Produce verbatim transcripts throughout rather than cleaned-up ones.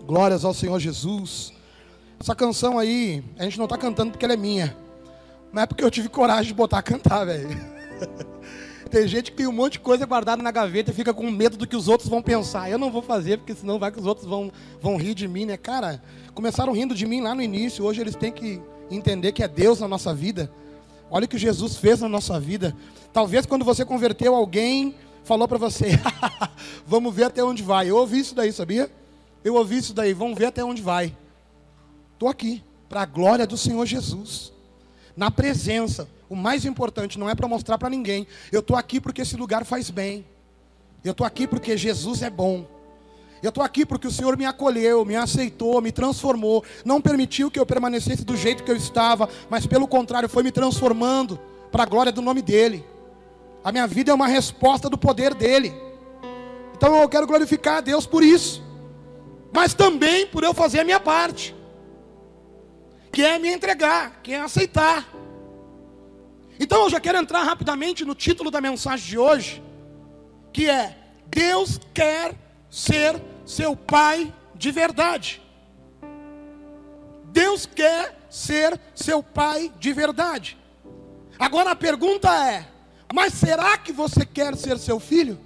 Glórias ao Senhor Jesus. Essa canção aí, a gente não está cantando porque ela é minha, mas é porque eu tive coragem de botar a cantar, velho. Tem gente que tem um monte de coisa guardada na gaveta e fica com medo do que os outros vão pensar. Eu não vou fazer, porque senão vai que os outros vão, vão rir de mim, né? Cara, começaram rindo de mim lá no início. Hoje eles têm que entender que é Deus na nossa vida. Olha o que Jesus fez na nossa vida. Talvez quando você converteu, alguém falou para você, vamos ver até onde vai. Eu ouvi isso daí, sabia? Eu ouvi isso daí, vamos ver até onde vai. Estou aqui, para a glória do Senhor Jesus. Na presença. O mais importante não é para mostrar para ninguém. Eu estou aqui porque esse lugar faz bem. Eu estou aqui porque Jesus é bom. Eu estou aqui porque o Senhor me acolheu, me aceitou, me transformou. Não permitiu que eu permanecesse do jeito que eu estava, mas pelo contrário, foi me transformando para a glória do nome dEle. A minha vida é uma resposta do poder dEle. Então eu quero glorificar a Deus por isso. Mas também por eu fazer a minha parte. Que é me entregar, que é aceitar. Então eu já quero entrar rapidamente no título da mensagem de hoje, que é: Deus quer ser seu pai de verdade. Deus quer ser seu pai de verdade. Agora a pergunta é: mas será que você quer ser seu filho?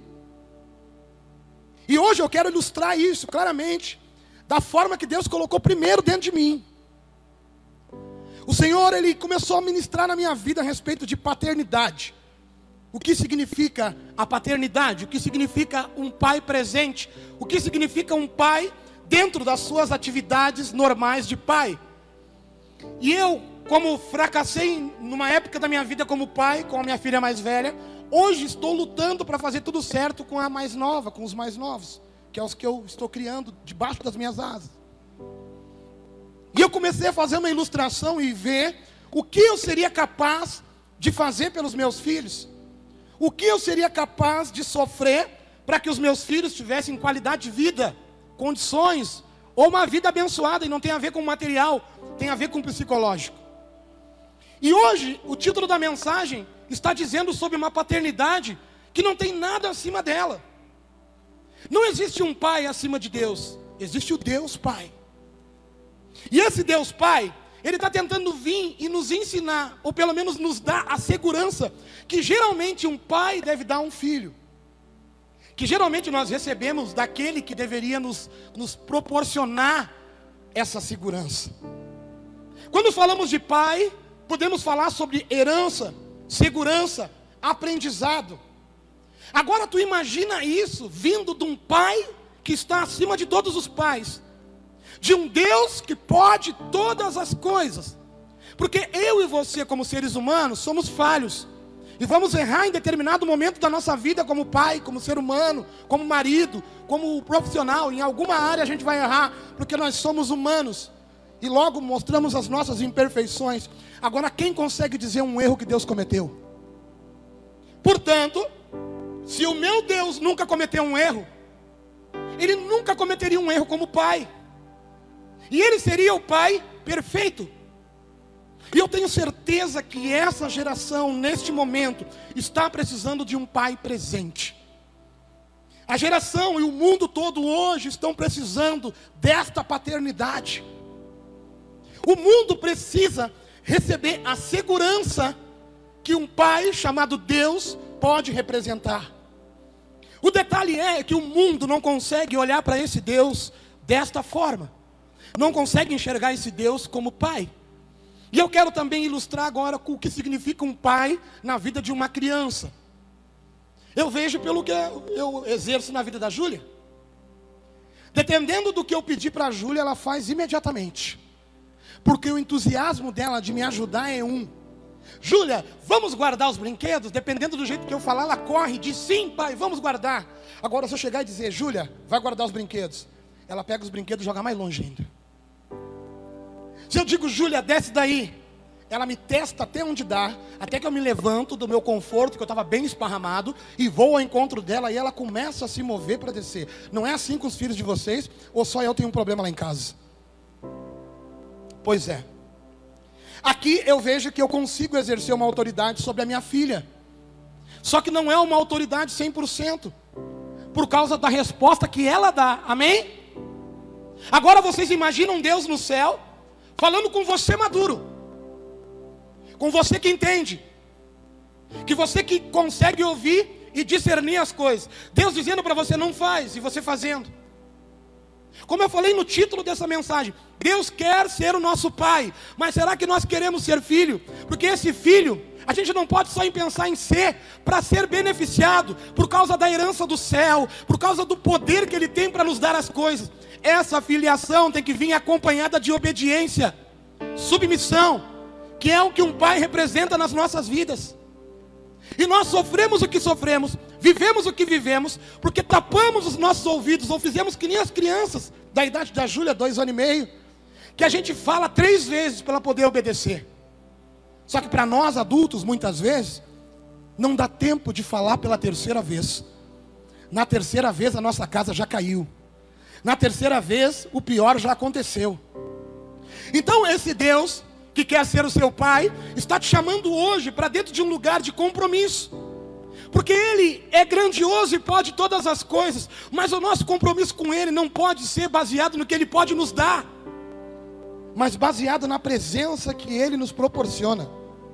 E hoje eu quero ilustrar isso claramente, da forma que Deus colocou primeiro dentro de mim. O Senhor, Ele começou a ministrar na minha vida a respeito de paternidade. O que significa a paternidade? O que significa um pai presente? O que significa um pai dentro das suas atividades normais de pai? E eu, como fracassei numa época da minha vida como pai, com a minha filha mais velha, hoje estou lutando para fazer tudo certo com a mais nova, com os mais novos, que é os que eu estou criando debaixo das minhas asas. E eu comecei a fazer uma ilustração e ver o que eu seria capaz de fazer pelos meus filhos. O que eu seria capaz de sofrer para que os meus filhos tivessem qualidade de vida, condições, ou uma vida abençoada. E não tem a ver com material, tem a ver com psicológico. E hoje, o título da mensagem está dizendo sobre uma paternidade que não tem nada acima dela. Não existe um pai acima de Deus, existe o Deus Pai. E esse Deus Pai, Ele está tentando vir e nos ensinar, ou pelo menos nos dar a segurança, que geralmente um pai deve dar a um filho. Que geralmente nós recebemos daquele que deveria nos, nos proporcionar essa segurança. Quando falamos de pai, podemos falar sobre herança, segurança, aprendizado. Agora tu imagina isso vindo de um pai que está acima de todos os pais. De um Deus que pode todas as coisas. Porque eu e você, como seres humanos, somos falhos. E vamos errar em determinado momento da nossa vida, como pai, como ser humano, como marido, como profissional. Em alguma área a gente vai errar, porque nós somos humanos. E logo mostramos as nossas imperfeições. Agora, quem consegue dizer um erro que Deus cometeu? Portanto, se o meu Deus nunca cometeu um erro, Ele nunca cometeria um erro como pai. E Ele seria o pai perfeito. E eu tenho certeza que essa geração, neste momento, está precisando de um pai presente. A geração e o mundo todo hoje estão precisando desta paternidade. O mundo precisa receber a segurança que um pai chamado Deus pode representar. O detalhe é que o mundo não consegue olhar para esse Deus desta forma. Não consegue enxergar esse Deus como pai. E eu quero também ilustrar agora o que significa um pai na vida de uma criança. Eu vejo pelo que eu exerço na vida da Júlia. Dependendo do que eu pedir para a Júlia, ela faz imediatamente. Porque o entusiasmo dela de me ajudar é um. Júlia, vamos guardar os brinquedos? Dependendo do jeito que eu falar, ela corre e diz: sim, pai, vamos guardar. Agora, se eu chegar e dizer: Júlia, vai guardar os brinquedos, ela pega os brinquedos e joga mais longe ainda. Se eu digo: Júlia, desce daí, ela me testa até onde dá, até que eu me levanto do meu conforto, que eu estava bem esparramado, e vou ao encontro dela, e ela começa a se mover para descer. Não é assim com os filhos de vocês? Ou só eu tenho um problema lá em casa? Pois é. Aqui eu vejo que eu consigo exercer uma autoridade sobre a minha filha. Só que não é uma autoridade cem por cento. Por causa da resposta que ela dá. Amém? Agora vocês imaginam Deus no céu, falando com você maduro, com você que entende, que você que consegue ouvir e discernir as coisas. Deus dizendo para você, não faz, e você fazendo. Como eu falei no título dessa mensagem, Deus quer ser o nosso pai, mas será que nós queremos ser filho? Porque esse filho, a gente não pode só em pensar em ser, para ser beneficiado, por causa da herança do céu, por causa do poder que Ele tem para nos dar as coisas. Essa filiação tem que vir acompanhada de obediência, submissão, que é o que um pai representa nas nossas vidas. E nós sofremos o que sofremos, vivemos o que vivemos, porque tapamos os nossos ouvidos, ou fizemos que nem as crianças da idade da Júlia, dois anos e meio, que a gente fala três vezes para ela poder obedecer. Só que para nós adultos, muitas vezes, não dá tempo de falar pela terceira vez. Na terceira vez a nossa casa já caiu. Na terceira vez o pior já aconteceu. Então esse Deus que quer ser o seu pai, está te chamando hoje para dentro de um lugar de compromisso. Porque Ele é grandioso e pode todas as coisas, mas o nosso compromisso com Ele não pode ser baseado no que Ele pode nos dar, mas baseado na presença que Ele nos proporciona.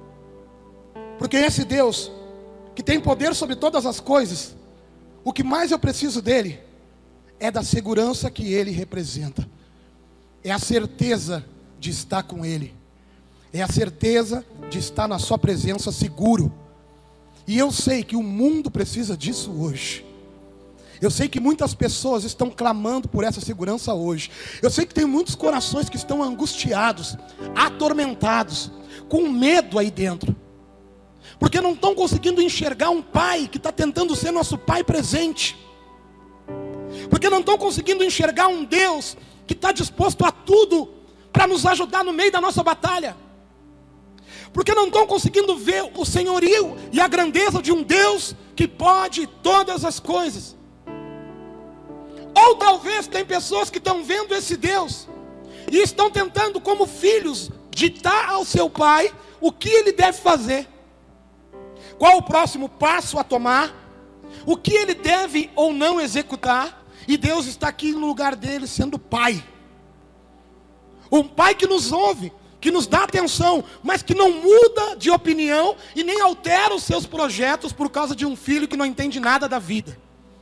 Porque esse Deus, que tem poder sobre todas as coisas, o que mais eu preciso dEle, é da segurança que Ele representa. É a certeza de estar com Ele. É a certeza de estar na sua presença seguro. E eu sei que o mundo precisa disso hoje. Eu sei que muitas pessoas estão clamando por essa segurança hoje. Eu sei que tem muitos corações que estão angustiados, atormentados, com medo aí dentro. Porque não estão conseguindo enxergar um pai que está tentando ser nosso pai presente. Porque não estão conseguindo enxergar um Deus que está disposto a tudo para nos ajudar no meio da nossa batalha. Porque não estão conseguindo ver o senhorio e a grandeza de um Deus que pode todas as coisas. Ou talvez tem pessoas que estão vendo esse Deus e estão tentando, como filhos, ditar ao seu pai o que ele deve fazer, qual o próximo passo a tomar, o que ele deve ou não executar. E Deus está aqui no lugar dele sendo pai, um pai que nos ouve, que nos dá atenção, mas que não muda de opinião e nem altera os seus projetos por causa de um filho que não entende nada da vida.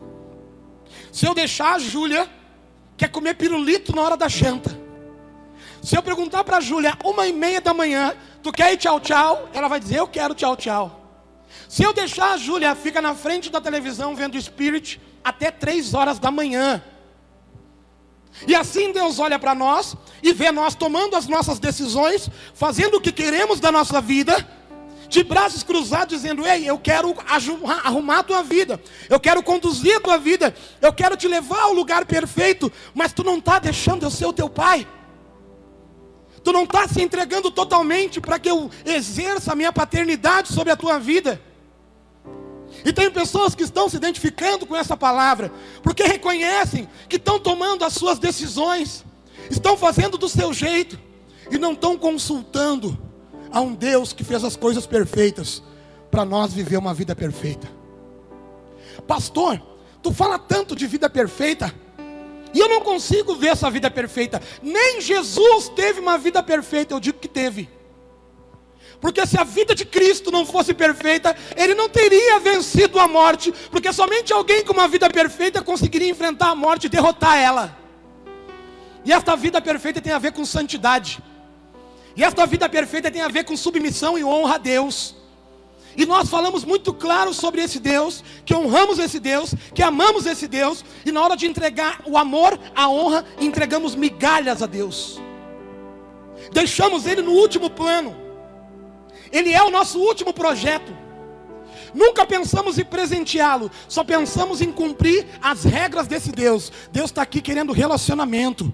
Se eu deixar a Júlia, quer comer pirulito na hora da janta. Se eu perguntar para a Júlia, uma e meia da manhã, tu quer ir tchau tchau? Ela vai dizer, eu quero tchau tchau. Se eu deixar a Júlia, fica na frente da televisão vendo Spirit até três horas da manhã. E assim Deus olha para nós e vê nós tomando as nossas decisões, fazendo o que queremos da nossa vida, de braços cruzados, dizendo, ei, eu quero arrumar a tua vida, eu quero conduzir a tua vida, eu quero te levar ao lugar perfeito, mas tu não está deixando eu ser o teu pai. Tu não está se entregando totalmente para que eu exerça a minha paternidade sobre a tua vida. E tem pessoas que estão se identificando com essa palavra, porque reconhecem que estão tomando as suas decisões, estão fazendo do seu jeito, e não estão consultando a um Deus que fez as coisas perfeitas, para nós viver uma vida perfeita. Pastor, tu fala tanto de vida perfeita, e eu não consigo ver essa vida perfeita. Nem Jesus teve uma vida perfeita, eu digo que teve. Porque se a vida de Cristo não fosse perfeita, Ele não teria vencido a morte. Porque somente alguém com uma vida perfeita conseguiria enfrentar a morte e derrotar ela. E esta vida perfeita tem a ver com santidade. E esta vida perfeita tem a ver com submissão e honra a Deus. E nós falamos muito claro sobre esse Deus, que honramos esse Deus, que amamos esse Deus. E na hora de entregar o amor, a honra, entregamos migalhas a Deus. Deixamos Ele no último plano. Ele é o nosso último projeto. Nunca pensamos em presenteá-lo, só pensamos em cumprir as regras desse Deus. Deus está aqui querendo relacionamento.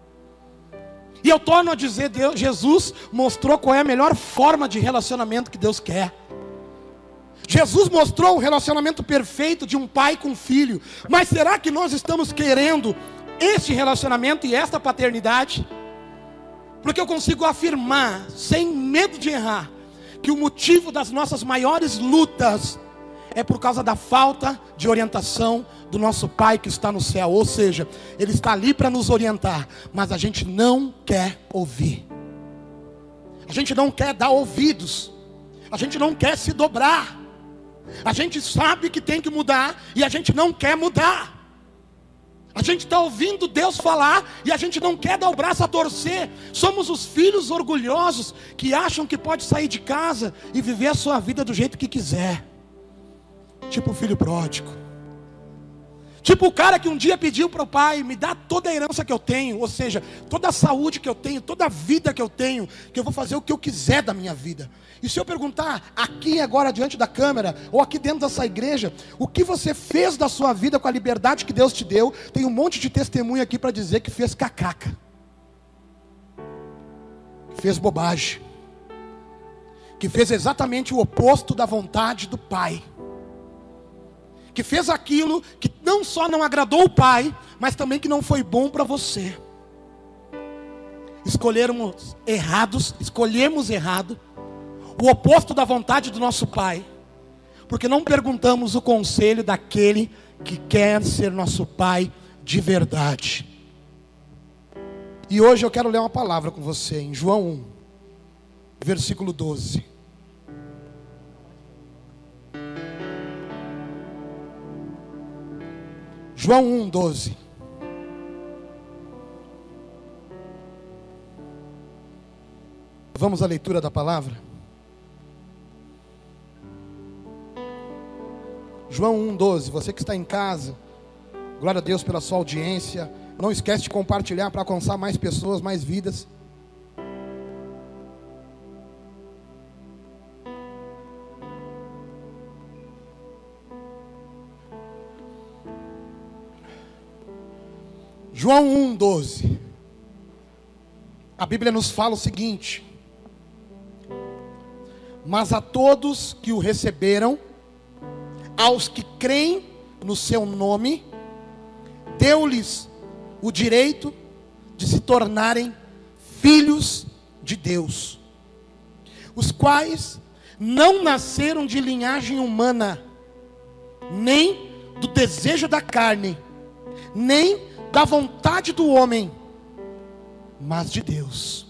E eu torno a dizer, Deus, Jesus mostrou qual é a melhor forma de relacionamento que Deus quer. Jesus mostrou o relacionamento perfeito de um pai com filho. Mas será que nós estamos querendo este relacionamento e esta paternidade? Porque eu consigo afirmar, sem medo de errar, que o motivo das nossas maiores lutas é por causa da falta de orientação do nosso Pai que está no céu. Ou seja, Ele está ali para nos orientar, mas a gente não quer ouvir. A gente não quer dar ouvidos. A gente não quer se dobrar. A gente sabe que tem que mudar e a gente não quer mudar. A gente está ouvindo Deus falar e a gente não quer dar o braço a torcer. Somos os filhos orgulhosos que acham que pode sair de casa e viver a sua vida do jeito que quiser. Tipo o filho pródigo. Tipo o cara que um dia pediu para o pai: me dá toda a herança que eu tenho. Ou seja, toda a saúde que eu tenho, toda a vida que eu tenho, que eu vou fazer o que eu quiser da minha vida. E se eu perguntar aqui agora diante da câmera, ou aqui dentro dessa igreja, o que você fez da sua vida com a liberdade que Deus te deu, tem um monte de testemunho aqui para dizer que fez cacaca, que fez bobagem, que fez exatamente o oposto da vontade do Pai, que fez aquilo que não só não agradou o Pai, mas também que não foi bom para você. Escolhermos errados, escolhemos errado, o oposto da vontade do nosso Pai, porque não perguntamos o conselho daquele que quer ser nosso Pai de verdade. E hoje eu quero ler uma palavra com você em João um, versículo doze. João um, doze. Vamos à leitura da palavra? João um, doze. Você que está em casa, glória a Deus pela sua audiência. Não esquece de compartilhar para alcançar mais pessoas, mais vidas. João um, doze. A Bíblia nos fala o seguinte: mas a todos que o receberam, aos que creem no seu nome, deu-lhes o direito de se tornarem filhos de Deus, os quais não nasceram de linhagem humana, nem do desejo da carne, nem da vontade do homem, mas de Deus.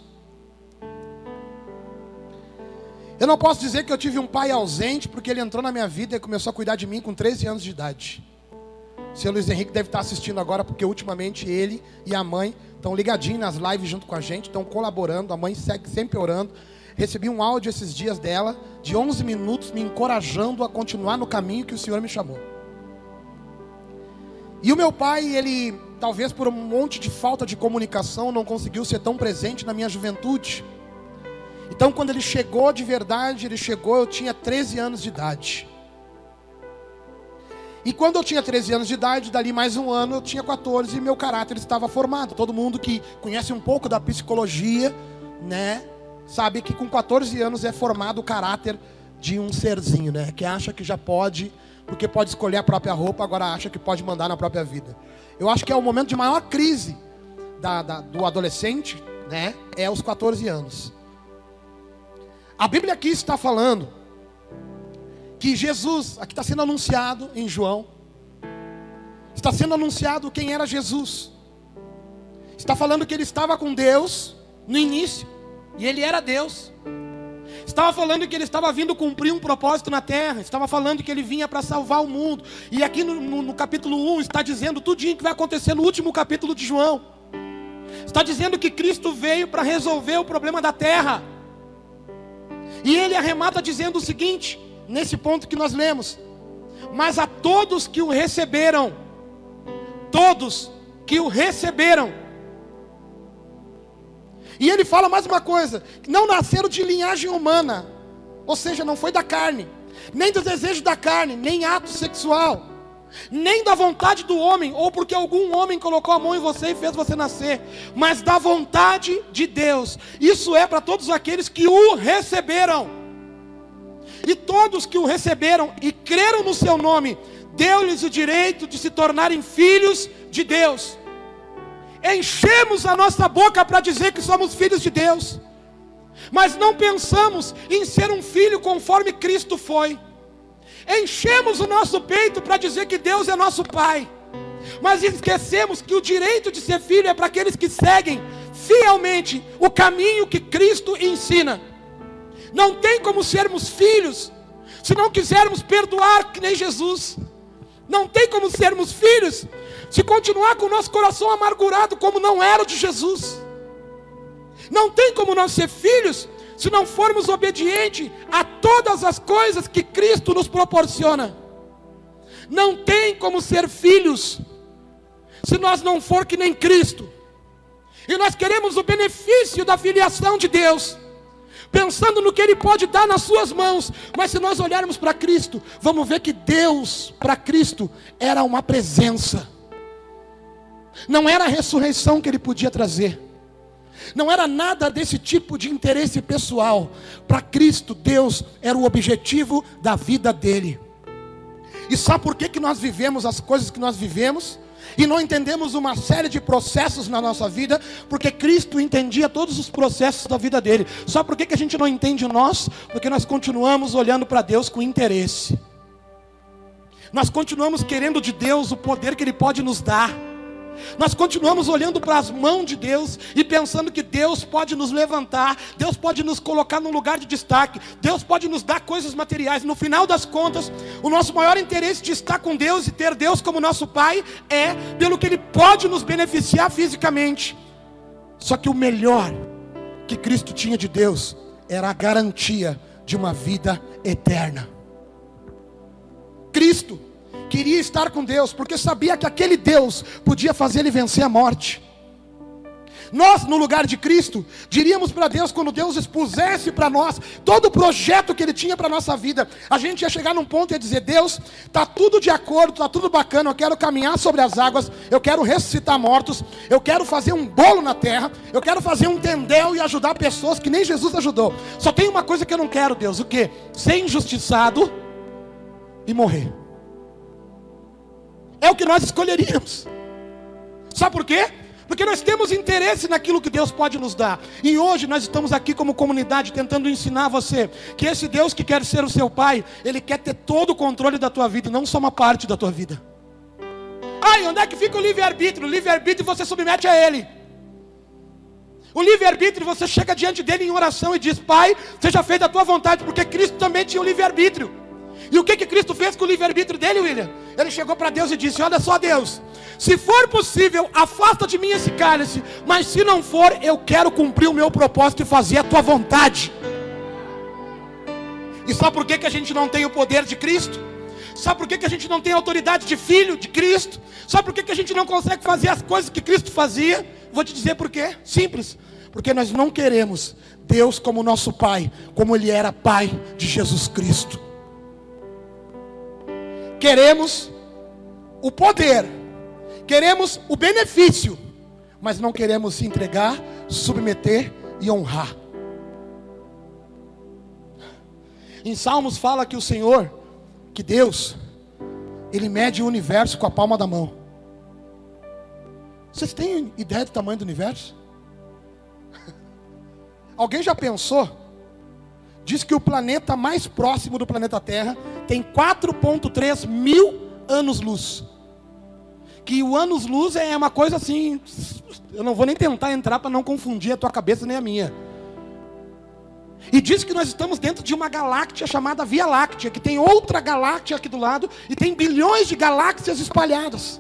Eu não posso dizer que eu tive um pai ausente, porque ele entrou na minha vida e começou a cuidar de mim com treze anos de idade. O seu Luiz Henrique deve estar assistindo agora, porque ultimamente ele e a mãe estão ligadinhos nas lives junto com a gente, estão colaborando, a mãe segue sempre orando. Recebi um áudio esses dias dela, de onze minutos, me encorajando a continuar no caminho que o Senhor me chamou. E o meu pai, ele, talvez por um monte de falta de comunicação, não conseguiu ser tão presente na minha juventude. Então quando ele chegou de verdade, ele chegou, eu tinha treze anos de idade. E quando eu tinha treze anos de idade, dali mais um ano, eu tinha quatorze e meu caráter estava formado. Todo mundo que conhece um pouco da psicologia, né, sabe que com quatorze anos é formado o caráter de um serzinho, né, que acha que já pode, porque pode escolher a própria roupa, agora acha que pode mandar na própria vida. Eu acho que é o momento de maior crise da, da, do adolescente, né, é aos quatorze anos. A Bíblia aqui está falando que Jesus, aqui está sendo anunciado em João, está sendo anunciado quem era Jesus. Está falando que ele estava com Deus no início, e ele era Deus. Estava falando que ele estava vindo cumprir um propósito na terra. Estava falando que ele vinha para salvar o mundo. E aqui no, no, no capítulo um está dizendo tudinho que vai acontecer no último capítulo de João. Está dizendo que Cristo veio para resolver o problema da terra. E ele arremata dizendo o seguinte, nesse ponto que nós lemos: mas a todos que o receberam, todos que o receberam. E ele fala mais uma coisa: não nasceram de linhagem humana, ou seja, não foi da carne, nem do desejo da carne, nem ato sexual, nem da vontade do homem, ou porque algum homem colocou a mão em você e fez você nascer, mas da vontade de Deus. Isso é para todos aqueles que o receberam. E todos que o receberam e creram no seu nome, deu-lhes o direito de se tornarem filhos de Deus. Enchemos a nossa boca para dizer que somos filhos de Deus, mas não pensamos em ser um filho conforme Cristo foi. Enchemos o nosso peito para dizer que Deus é nosso Pai, mas esquecemos que o direito de ser filho é para aqueles que seguem fielmente o caminho que Cristo ensina. Não tem como sermos filhos se não quisermos perdoar que nem Jesus. Não tem como sermos filhos se continuar com o nosso coração amargurado como não era o de Jesus. Não tem como nós ser filhos se não formos obedientes a todas as coisas que Cristo nos proporciona. Não tem como ser filhos se nós não for que nem Cristo. E nós queremos o benefício da filiação de Deus, pensando no que Ele pode dar nas suas mãos. Mas se nós olharmos para Cristo, vamos ver que Deus, para Cristo, era uma presença. Não era a ressurreição que Ele podia trazer. Não era nada desse tipo de interesse pessoal. Para Cristo, Deus era o objetivo da vida dele. E sabe por que que nós vivemos as coisas que nós vivemos? E não entendemos uma série de processos na nossa vida? Porque Cristo entendia todos os processos da vida dele. Sabe por que que a gente não entende nós? Porque nós continuamos olhando para Deus com interesse. Nós continuamos querendo de Deus o poder que Ele pode nos dar. Nós continuamos olhando para as mãos de Deus e pensando que Deus pode nos levantar, Deus pode nos colocar num lugar de destaque, Deus pode nos dar coisas materiais. No final das contas, o nosso maior interesse de estar com Deus e ter Deus como nosso Pai é pelo que Ele pode nos beneficiar fisicamente. Só que o melhor que Cristo tinha de Deus era a garantia de uma vida eterna. Cristo queria estar com Deus, porque sabia que aquele Deus podia fazer ele vencer a morte. Nós, no lugar de Cristo, diríamos para Deus, quando Deus expusesse para nós todo o projeto que Ele tinha para a nossa vida, a gente ia chegar num ponto e ia dizer: Deus, está tudo de acordo, está tudo bacana, eu quero caminhar sobre as águas, eu quero ressuscitar mortos, eu quero fazer um bolo na terra, eu quero fazer um tendel e ajudar pessoas que nem Jesus ajudou. Só tem uma coisa que eu não quero, Deus: o quê? Ser injustiçado e morrer. É o que nós escolheríamos. Sabe por quê? Porque nós temos interesse naquilo que Deus pode nos dar. E hoje nós estamos aqui como comunidade tentando ensinar você que esse Deus que quer ser o seu Pai, Ele quer ter todo o controle da tua vida e não só uma parte da tua vida. Ai, onde é que fica o livre-arbítrio? O livre-arbítrio você submete a Ele. O livre-arbítrio você chega diante dEle em oração e diz: Pai, seja feita a tua vontade, porque Cristo também tinha o livre-arbítrio. E o que que Cristo fez com o livre-arbítrio dele, William? Ele chegou para Deus e disse: olha só, Deus, se for possível, afasta de mim esse cálice, mas se não for, eu quero cumprir o meu propósito e fazer a tua vontade. E sabe por que que a gente não tem o poder de Cristo? Sabe por que que a gente não tem a autoridade de filho de Cristo? Sabe por que que a gente não consegue fazer as coisas que Cristo fazia? Vou te dizer por quê. Simples. Porque nós não queremos Deus como nosso Pai, como Ele era Pai de Jesus Cristo. Queremos o poder, queremos o benefício, mas não queremos se entregar, submeter e honrar. Em Salmos fala que o Senhor, que Deus, Ele mede o universo com a palma da mão. Vocês têm ideia do tamanho do universo? Alguém já pensou? Diz que o planeta mais próximo do planeta Terra tem quatro vírgula três mil anos-luz. Que o anos-luz é uma coisa assim, eu não vou nem tentar entrar para não confundir a tua cabeça nem a minha. E diz que nós estamos dentro de uma galáxia chamada Via Láctea, que tem outra galáxia aqui do lado, e tem bilhões de galáxias espalhadas.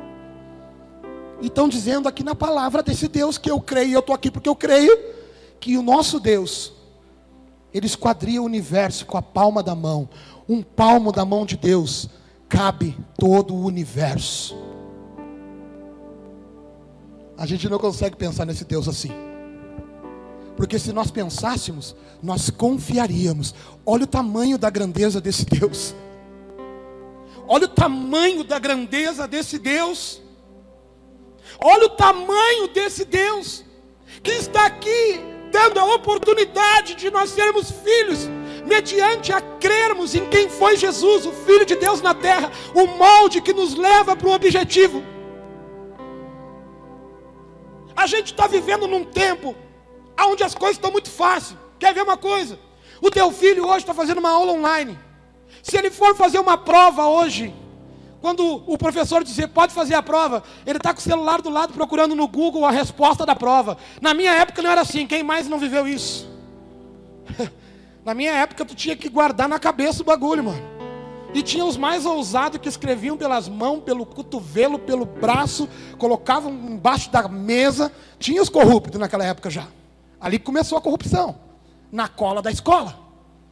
E estão dizendo aqui na palavra desse Deus que eu creio, e eu estou aqui porque eu creio, que o nosso Deus, Ele esquadria o universo com a palma da mão. Um palmo da mão de Deus cabe todo o universo. A gente não consegue pensar nesse Deus assim. Porque se nós pensássemos, nós confiaríamos. Olha o tamanho da grandeza desse Deus. Olha o tamanho da grandeza desse Deus. Olha o tamanho desse Deus que está aqui dando a oportunidade de nós sermos filhos, mediante a crermos em quem foi Jesus, o Filho de Deus na terra, o molde que nos leva para o objetivo. A gente está vivendo num tempo onde as coisas estão muito fáceis. Quer ver uma coisa? O teu filho hoje está fazendo uma aula online. Se ele for fazer uma prova hoje, quando o professor dizer, pode fazer a prova, ele está com o celular do lado procurando no Google a resposta da prova. Na minha época não era assim, quem mais não viveu isso? Na minha época tu tinha que guardar na cabeça o bagulho, mano. E tinha os mais ousados que escreviam pelas mãos, pelo cotovelo, pelo braço, colocavam embaixo da mesa. Tinha os corruptos naquela época já. Ali começou a corrupção, na cola da escola.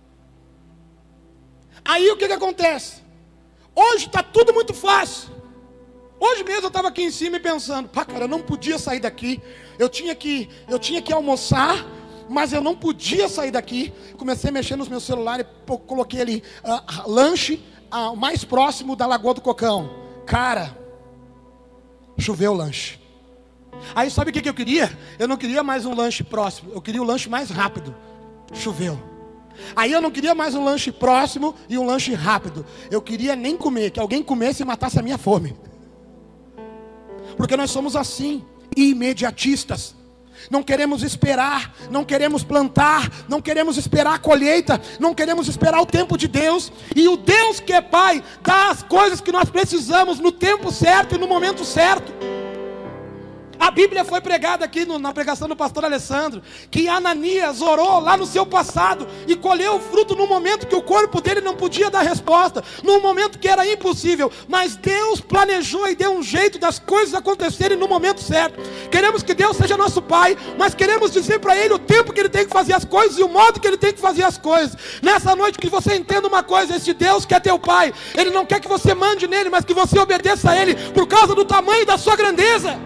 Aí o que que acontece? Hoje está tudo muito fácil. Hoje mesmo eu estava aqui em cima e pensando, pá, cara, eu não podia sair daqui. Eu tinha que, eu tinha que almoçar, mas eu não podia sair daqui. Comecei a mexer nos meus celulares, coloquei ali uh, lanche uh, mais próximo da Lagoa do Cocão. Cara, choveu o lanche. Aí sabe o que que eu queria? Eu não queria mais um lanche próximo, eu queria o lanche mais rápido. Choveu. Aí eu não queria mais um lanche próximo e um lanche rápido. Eu queria nem comer, que alguém comesse e matasse a minha fome. Porque nós somos assim, imediatistas. Não queremos esperar, não queremos plantar, não queremos esperar a colheita, não queremos esperar o tempo de Deus. E o Deus que é Pai dá as coisas que nós precisamos no tempo certo e no momento certo. A Bíblia foi pregada aqui no, na pregação do pastor Alessandro, que Ananias orou lá no seu passado e colheu o fruto no momento que o corpo dele não podia dar resposta, num momento que era impossível, mas Deus planejou e deu um jeito das coisas acontecerem no momento certo. Queremos que Deus seja nosso Pai, mas queremos dizer para Ele o tempo que Ele tem que fazer as coisas e o modo que Ele tem que fazer as coisas. Nessa noite que você entenda uma coisa, esse Deus que é teu Pai, Ele não quer que você mande nele, mas que você obedeça a Ele, por causa do tamanho da sua grandeza.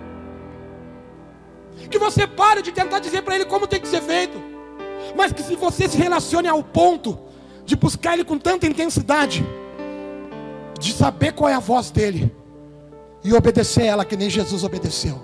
Que você pare de tentar dizer para Ele como tem que ser feito, mas que se você se relacione ao ponto de buscar Ele com tanta intensidade, de saber qual é a voz dEle e obedecer ela que nem Jesus obedeceu.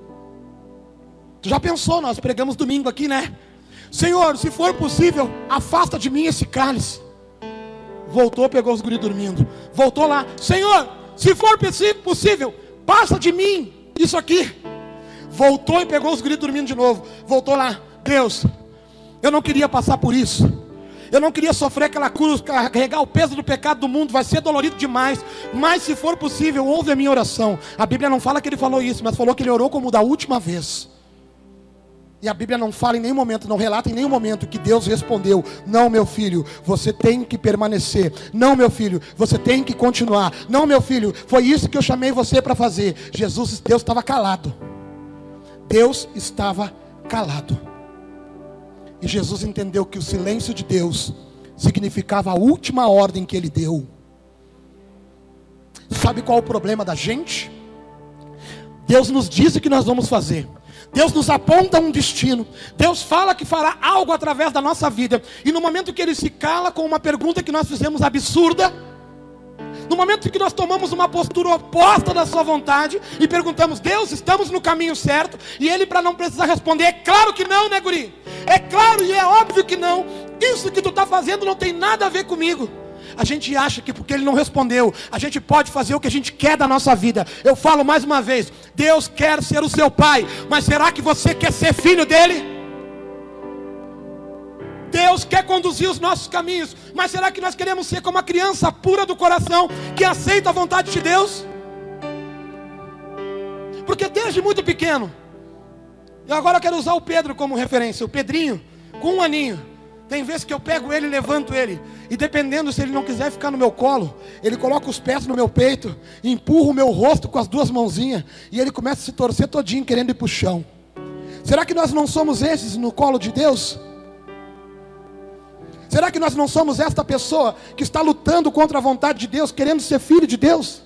Tu já pensou, nós pregamos domingo aqui, né? Senhor, se for possível, afasta de mim esse cálice. Voltou, pegou os guris dormindo. Voltou lá, Senhor, se for possível, passa de mim isso aqui. Voltou e pegou os guris dormindo de novo. Voltou lá, Deus, eu não queria passar por isso. Eu não queria sofrer aquela cruz, carregar o peso do pecado do mundo, vai ser dolorido demais. Mas se for possível, ouve a minha oração. A Bíblia não fala que ele falou isso, mas falou que ele orou como da última vez. E a Bíblia não fala em nenhum momento, não relata em nenhum momento que Deus respondeu, não meu filho, você tem que permanecer. Não meu filho, você tem que continuar. Não meu filho, foi isso que eu chamei você para fazer. Jesus, Deus estava calado. Deus estava calado. E Jesus entendeu que o silêncio de Deus significava a última ordem que Ele deu. Sabe qual é o problema da gente? Deus nos diz o que nós vamos fazer. Deus nos aponta um destino. Deus fala que fará algo através da nossa vida. E no momento que Ele se cala com uma pergunta que nós fizemos absurda, no momento que nós tomamos uma postura oposta da sua vontade e perguntamos, Deus, estamos no caminho certo? E Ele, para não precisar responder, é claro que não, né, guri? É claro e é óbvio que não. Isso que tu está fazendo não tem nada a ver comigo. A gente acha que porque Ele não respondeu, a gente pode fazer o que a gente quer da nossa vida. Eu falo mais uma vez, Deus quer ser o seu Pai, mas será que você quer ser filho dEle? Deus quer conduzir os nossos caminhos, mas será que nós queremos ser como a criança pura do coração, que aceita a vontade de Deus? Porque desde muito pequeno, eu agora quero usar o Pedro como referência, o Pedrinho, com um aninho, tem vezes que eu pego ele e levanto ele, e dependendo se ele não quiser ficar no meu colo, ele coloca os pés no meu peito, empurra o meu rosto com as duas mãozinhas, e ele começa a se torcer todinho, querendo ir para o chão. Será que nós não somos esses no colo de Deus? Será que nós não somos esta pessoa que está lutando contra a vontade de Deus, querendo ser filho de Deus?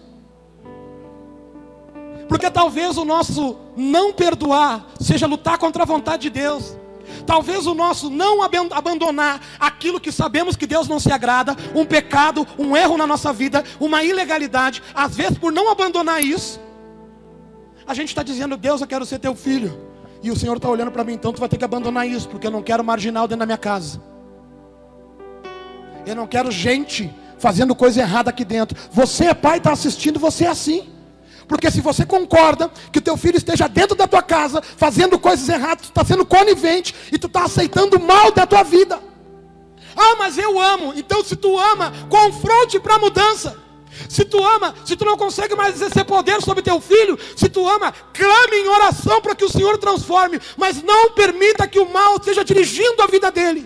Porque talvez o nosso não perdoar seja lutar contra a vontade de Deus. Talvez o nosso não abandonar aquilo que sabemos que Deus não se agrada, um pecado, um erro na nossa vida, uma ilegalidade, às vezes por não abandonar isso, a gente está dizendo, Deus, eu quero ser teu filho. E o Senhor está olhando para mim, então tu vai ter que abandonar isso, porque eu não quero marginal dentro da minha casa. Eu não quero gente fazendo coisa errada aqui dentro. Você, pai, está assistindo, você é assim. Porque se você concorda que o teu filho esteja dentro da tua casa, fazendo coisas erradas, tu está sendo conivente e tu está aceitando o mal da tua vida. Ah, mas eu amo. Então se tu ama, confronte para a mudança. Se tu ama, se tu não consegue mais exercer poder sobre teu filho, se tu ama, clame em oração para que o Senhor transforme, mas não permita que o mal esteja dirigindo a vida dele.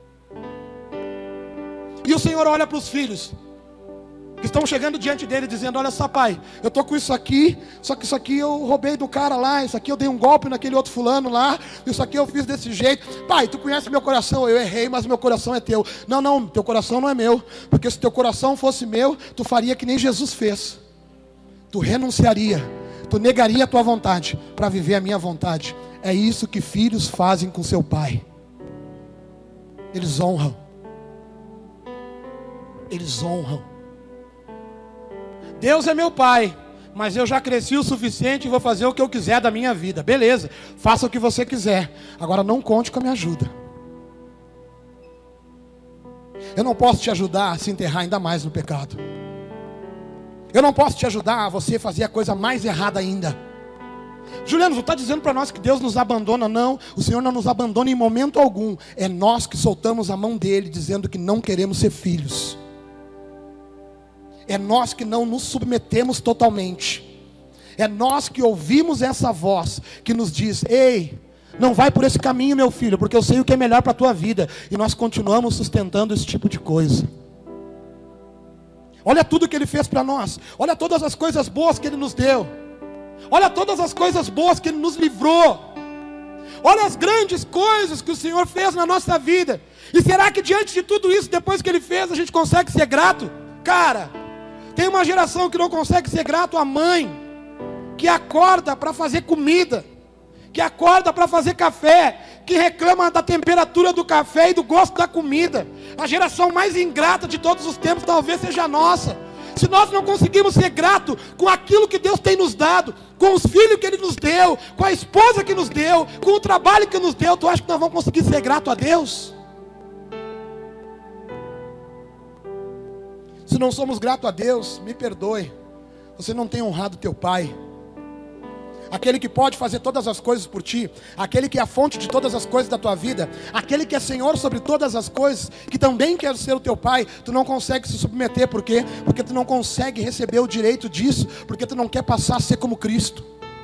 E o Senhor olha para os filhos que estão chegando diante dele dizendo: olha só, pai, eu estou com isso aqui, só que isso aqui eu roubei do cara lá, isso aqui eu dei um golpe naquele outro fulano lá, isso aqui eu fiz desse jeito. Pai, tu conhece meu coração, eu errei, mas meu coração é teu. Não, não, teu coração não é meu, porque se teu coração fosse meu, tu faria que nem Jesus fez. Tu renunciaria, tu negaria a tua vontade para viver a minha vontade. É isso que filhos fazem com seu pai. Eles honram. Eles honram. Deus é meu pai, mas eu já cresci o suficiente e vou fazer o que eu quiser da minha vida. Beleza, faça o que você quiser. Agora não conte com a minha ajuda. Eu não posso te ajudar a se enterrar ainda mais no pecado. Eu não posso te ajudar a você fazer a coisa mais errada ainda. Juliano, você está dizendo para nós que Deus nos abandona? Não, o Senhor não nos abandona em momento algum. É nós que soltamos a mão dele, dizendo que não queremos ser filhos. É nós que não nos submetemos totalmente. É nós que ouvimos essa voz que nos diz: ei, não vai por esse caminho, meu filho, porque eu sei o que é melhor para a tua vida. E nós continuamos sustentando esse tipo de coisa. Olha tudo que ele fez para nós. Olha todas as coisas boas que ele nos deu. Olha todas as coisas boas que ele nos livrou. Olha as grandes coisas que o Senhor fez na nossa vida. E será que diante de tudo isso, depois que ele fez, a gente consegue ser grato? Cara, tem uma geração que não consegue ser grato à mãe, que acorda para fazer comida, que acorda para fazer café, que reclama da temperatura do café e do gosto da comida. A geração mais ingrata de todos os tempos talvez seja a nossa. Se nós não conseguimos ser grato com aquilo que Deus tem nos dado, com os filhos que Ele nos deu, com a esposa que nos deu, com o trabalho que nos deu, tu acha que nós vamos conseguir ser grato a Deus? Se não somos gratos a Deus, me perdoe, você não tem honrado teu pai. Aquele que pode fazer todas as coisas por ti, aquele que é a fonte de todas as coisas da tua vida, aquele que é Senhor sobre todas as coisas, que também quer ser o teu pai. Tu não consegue se submeter, por quê? Porque tu não consegue receber o direito disso, porque tu não quer passar a ser como Cristo.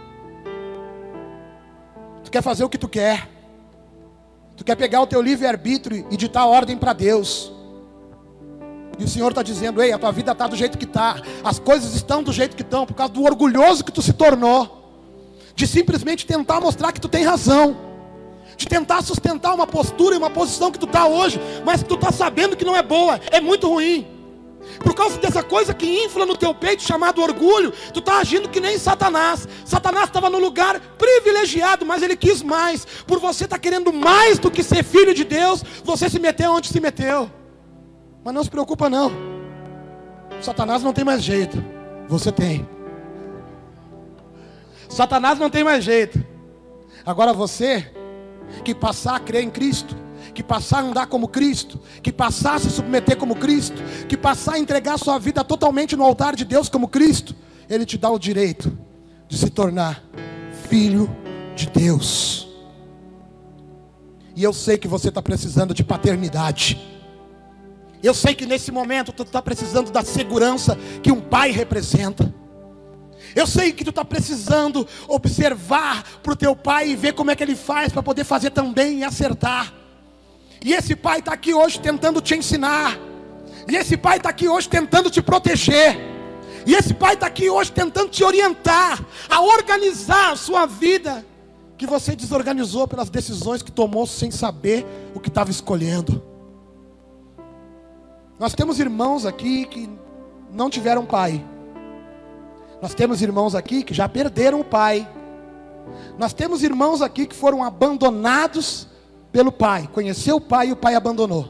Tu quer fazer o que tu quer, tu quer pegar o teu livre-arbítrio e ditar ordem para Deus. E o Senhor está dizendo: ei, a tua vida está do jeito que está, as coisas estão do jeito que estão, por causa do orgulhoso que tu se tornou, de simplesmente tentar mostrar que tu tem razão, de tentar sustentar uma postura e uma posição que tu está hoje, mas que tu está sabendo que não é boa, é muito ruim. Por causa dessa coisa que infla no teu peito, chamado orgulho, tu está agindo que nem Satanás. Satanás estava no lugar privilegiado, mas ele quis mais. Por você estar tá querendo mais do que ser filho de Deus, você se meteu onde se meteu. Mas não se preocupa não, Satanás não tem mais jeito, você tem. Satanás não tem mais jeito. Agora você, que passar a crer em Cristo, que passar a andar como Cristo, que passar a se submeter como Cristo, que passar a entregar sua vida totalmente no altar de Deus como Cristo, Ele te dá o direito de se tornar filho de Deus. E eu sei que você está precisando de paternidade. Eu sei que nesse momento tu está precisando da segurança que um pai representa. Eu sei que tu está precisando observar para o teu pai e ver como é que ele faz para poder fazer também e acertar. E esse pai está aqui hoje tentando te ensinar. E esse pai está aqui hoje tentando te proteger. E esse pai está aqui hoje tentando te orientar a organizar a sua vida, que você desorganizou pelas decisões que tomou sem saber o que estava escolhendo. Nós temos irmãos aqui que não tiveram pai. Nós temos irmãos aqui que já perderam o pai. Nós temos irmãos aqui que foram abandonados pelo pai. Conheceu o pai e o pai abandonou.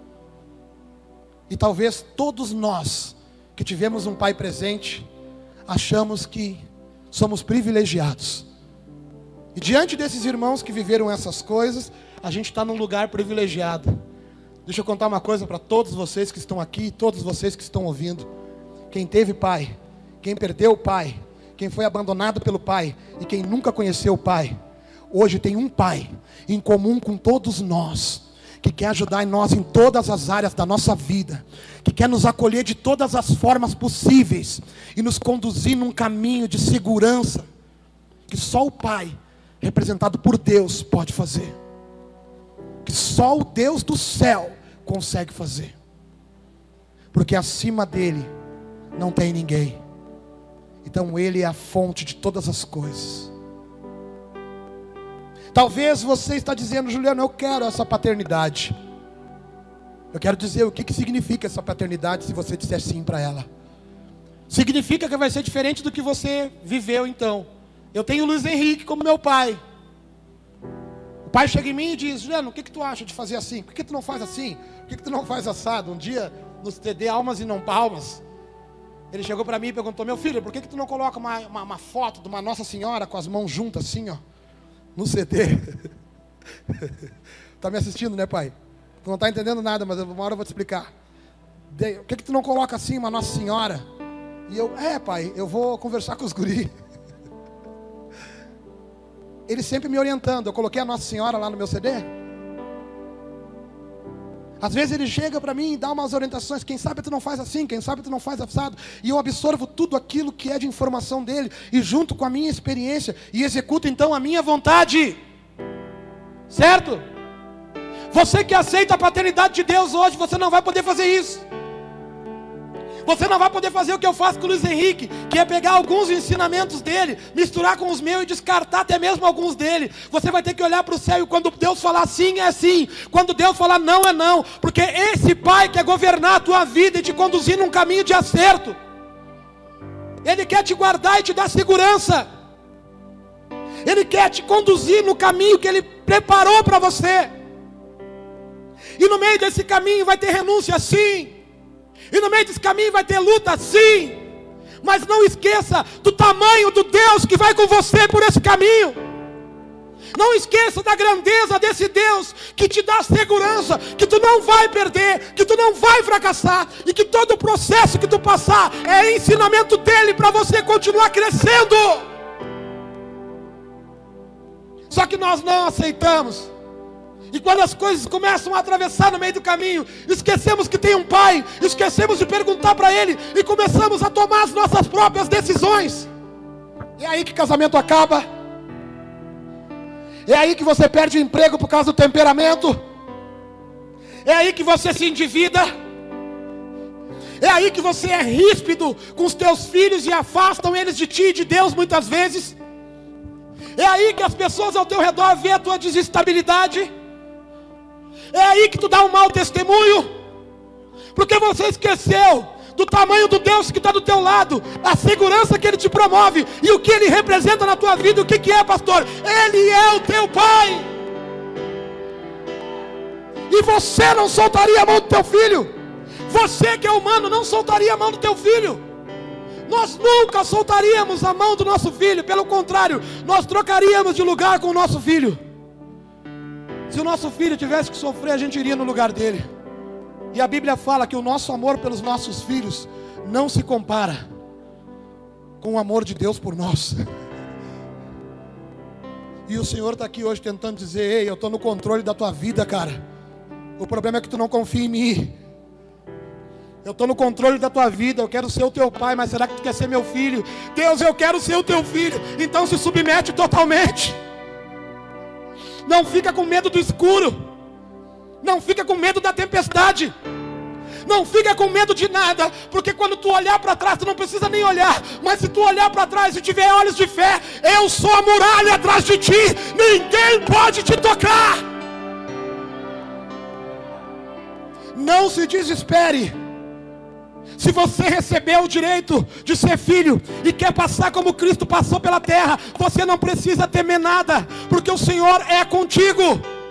E talvez todos nós que tivemos um pai presente, achamos que somos privilegiados. E diante desses irmãos que viveram essas coisas, a gente está num lugar privilegiado. Deixa eu contar uma coisa para todos vocês que estão aqui, todos vocês que estão ouvindo. Quem teve pai, quem perdeu o pai, quem foi abandonado pelo pai e quem nunca conheceu o pai, hoje tem um pai em comum com todos nós, que quer ajudar em nós em todas as áreas da nossa vida, que quer nos acolher de todas as formas possíveis e nos conduzir num caminho de segurança que só o Pai, representado por Deus, pode fazer, que só o Deus do céu consegue fazer, porque acima dele não tem ninguém. Então Ele é a fonte de todas as coisas. Talvez você está dizendo: Juliano, eu quero essa paternidade. Eu quero dizer o que, que significa essa paternidade, se você disser sim para ela. Significa que vai ser diferente do que você viveu então. Eu tenho o Luiz Henrique como meu pai. O pai chega em mim e diz: Juliano, o que, que tu acha de fazer assim? Por que tu não faz assim? Por que, que tu não faz assado? Um dia, nos T D Almas e Não Palmas, ele chegou para mim e perguntou: meu filho, por que, que tu não coloca uma, uma, uma foto de uma Nossa Senhora com as mãos juntas assim, ó, no C D? Tá me assistindo, né, pai? Tu não está entendendo nada, mas uma hora eu vou te explicar. Por que, que tu não coloca assim uma Nossa Senhora? E eu, é pai, eu vou conversar com os guri. Ele sempre me orientando. Eu coloquei a Nossa Senhora lá no meu C D. Às vezes ele chega para mim e dá umas orientações: quem sabe tu não faz assim, quem sabe tu não faz assado. E eu absorvo tudo aquilo que é de informação dele, e junto com a minha experiência, e executo então a minha vontade. Certo? Você que aceita a paternidade de Deus hoje, você não vai poder fazer isso. Você não vai poder fazer o que eu faço com o Luiz Henrique, que é pegar alguns ensinamentos dele, misturar com os meus e descartar até mesmo alguns dele. Você vai ter que olhar para o céu, e quando Deus falar sim, é sim. Quando Deus falar não, é não. Porque esse Pai quer governar a tua vida e te conduzir num caminho de acerto. Ele quer te guardar e te dar segurança. Ele quer te conduzir no caminho que Ele preparou para você. E no meio desse caminho vai ter renúncia, sim. E no meio desse caminho vai ter luta, sim. Mas não esqueça do tamanho do Deus que vai com você por esse caminho. Não esqueça da grandeza desse Deus que te dá segurança, que tu não vai perder, que tu não vai fracassar, e que todo o processo que tu passar é ensinamento dele para você continuar crescendo. Só que nós não aceitamos. E quando as coisas começam a atravessar no meio do caminho, esquecemos que tem um Pai, esquecemos de perguntar para Ele, e começamos a tomar as nossas próprias decisões. É aí que casamento acaba. É aí que você perde o emprego por causa do temperamento. É aí que você se endivida. É aí que você é ríspido com os teus filhos e afastam eles de ti e de Deus muitas vezes. É aí que as pessoas ao teu redor veem a tua desestabilidade. É aí que tu dá um mau testemunho, porque você esqueceu do tamanho do Deus que está do teu lado, a segurança que Ele te promove, e o que Ele representa na tua vida. O que, que é, pastor? Ele é o teu Pai. E você não soltaria a mão do teu filho. Você que é humano não soltaria a mão do teu filho. Nós nunca soltaríamos a mão do nosso filho. Pelo contrário, nós trocaríamos de lugar com o nosso filho. Se o nosso filho tivesse que sofrer, a gente iria no lugar dele. E a Bíblia fala que o nosso amor pelos nossos filhos não se compara com o amor de Deus por nós. E o Senhor está aqui hoje tentando dizer: ei, eu estou no controle da tua vida, cara. O problema é que tu não confia em mim. Eu estou no controle da tua vida, eu quero ser o teu pai, mas será que tu quer ser meu filho? Deus, eu quero ser o teu filho. Então se submete totalmente. Não fica com medo do escuro. Não fica com medo da tempestade. Não fica com medo de nada. Porque quando tu olhar para trás, tu não precisa nem olhar. Mas se tu olhar para trás e tiver olhos de fé, eu sou a muralha atrás de ti. Ninguém pode te tocar. Não se desespere. Se você recebeu o direito de ser filho e quer passar como Cristo passou pela terra, você não precisa temer nada, porque o Senhor é contigo.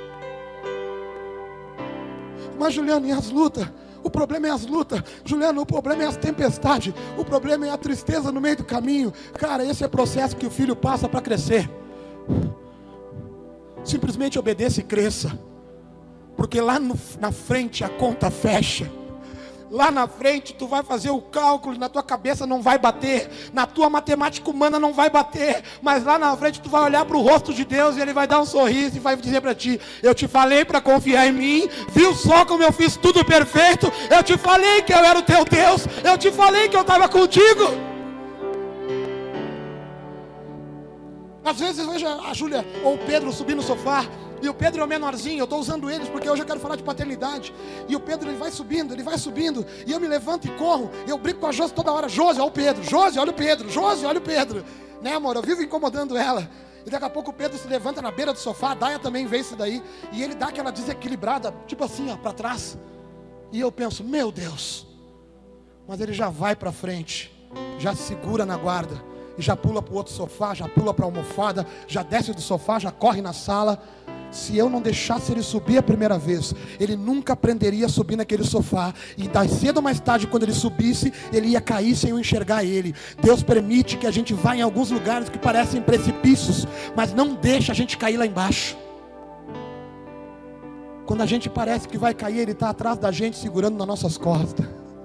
Mas Juliano, e as lutas? O problema é as lutas. Juliano, o problema é as tempestades. O problema é a tristeza no meio do caminho. Cara, esse é o processo que o filho passa para crescer. Simplesmente obedeça e cresça, porque lá no, na frente a conta fecha. Lá na frente tu vai fazer o cálculo, na tua cabeça não vai bater, na tua matemática humana não vai bater, mas lá na frente tu vai olhar para o rosto de Deus e Ele vai dar um sorriso e vai dizer para ti: eu te falei para confiar em mim, viu só como eu fiz tudo perfeito, eu te falei que eu era o teu Deus, eu te falei que eu estava contigo. Às vezes eu vejo a Júlia ou o Pedro subir no sofá, e o Pedro é o menorzinho, eu estou usando eles porque hoje eu quero falar de paternidade. E o Pedro, ele vai subindo, ele vai subindo, e eu me levanto e corro, e eu brigo com a Josi toda hora: Josi, olha o Pedro, Josi, olha o Pedro, Josi, olha o Pedro. Né, amor, eu vivo incomodando ela. E daqui a pouco o Pedro se levanta na beira do sofá, a Daia também vê isso daí, e ele dá aquela desequilibrada, tipo assim, ó, para trás. E eu penso: meu Deus. Mas ele já vai para frente, já segura na guarda, e já pula para o outro sofá, já pula para a almofada, já desce do sofá, já corre na sala. Se eu não deixasse ele subir a primeira vez, ele nunca aprenderia a subir naquele sofá. E mais cedo ou mais tarde, quando ele subisse, ele ia cair sem eu enxergar ele. Deus permite que a gente vá em alguns lugares que parecem precipícios, mas não deixa a gente cair lá embaixo. Quando a gente parece que vai cair, Ele está atrás da gente, segurando nas nossas costas.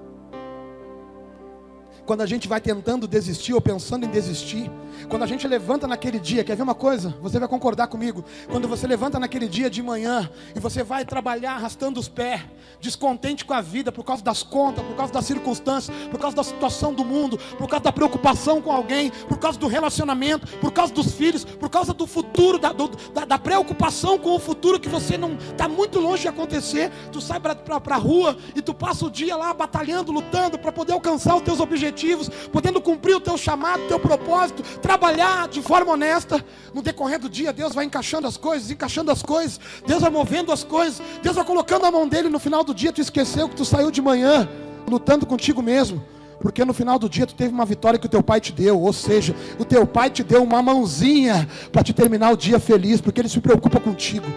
Quando a gente vai tentando desistir ou pensando em desistir, quando a gente levanta naquele dia, quer ver uma coisa? Você vai concordar comigo. Quando você levanta naquele dia de manhã e você vai trabalhar arrastando os pés, descontente com a vida por causa das contas, por causa das circunstâncias, por causa da situação do mundo, por causa da preocupação com alguém, por causa do relacionamento, por causa dos filhos, por causa do futuro, da, do, da, da preocupação com o futuro que você não está muito longe de acontecer. Tu sai para a rua e tu passa o dia lá batalhando, lutando para poder alcançar os teus objetivos, podendo cumprir o teu chamado, o teu propósito, trabalhar de forma honesta. No decorrer do dia, Deus vai encaixando as coisas, encaixando as coisas, Deus vai movendo as coisas, Deus vai colocando a mão dele. No final do dia tu esqueceu que tu saiu de manhã lutando contigo mesmo, porque no final do dia tu teve uma vitória que o teu pai te deu. Ou seja, o teu pai te deu uma mãozinha para te terminar o dia feliz, porque ele se preocupa contigo.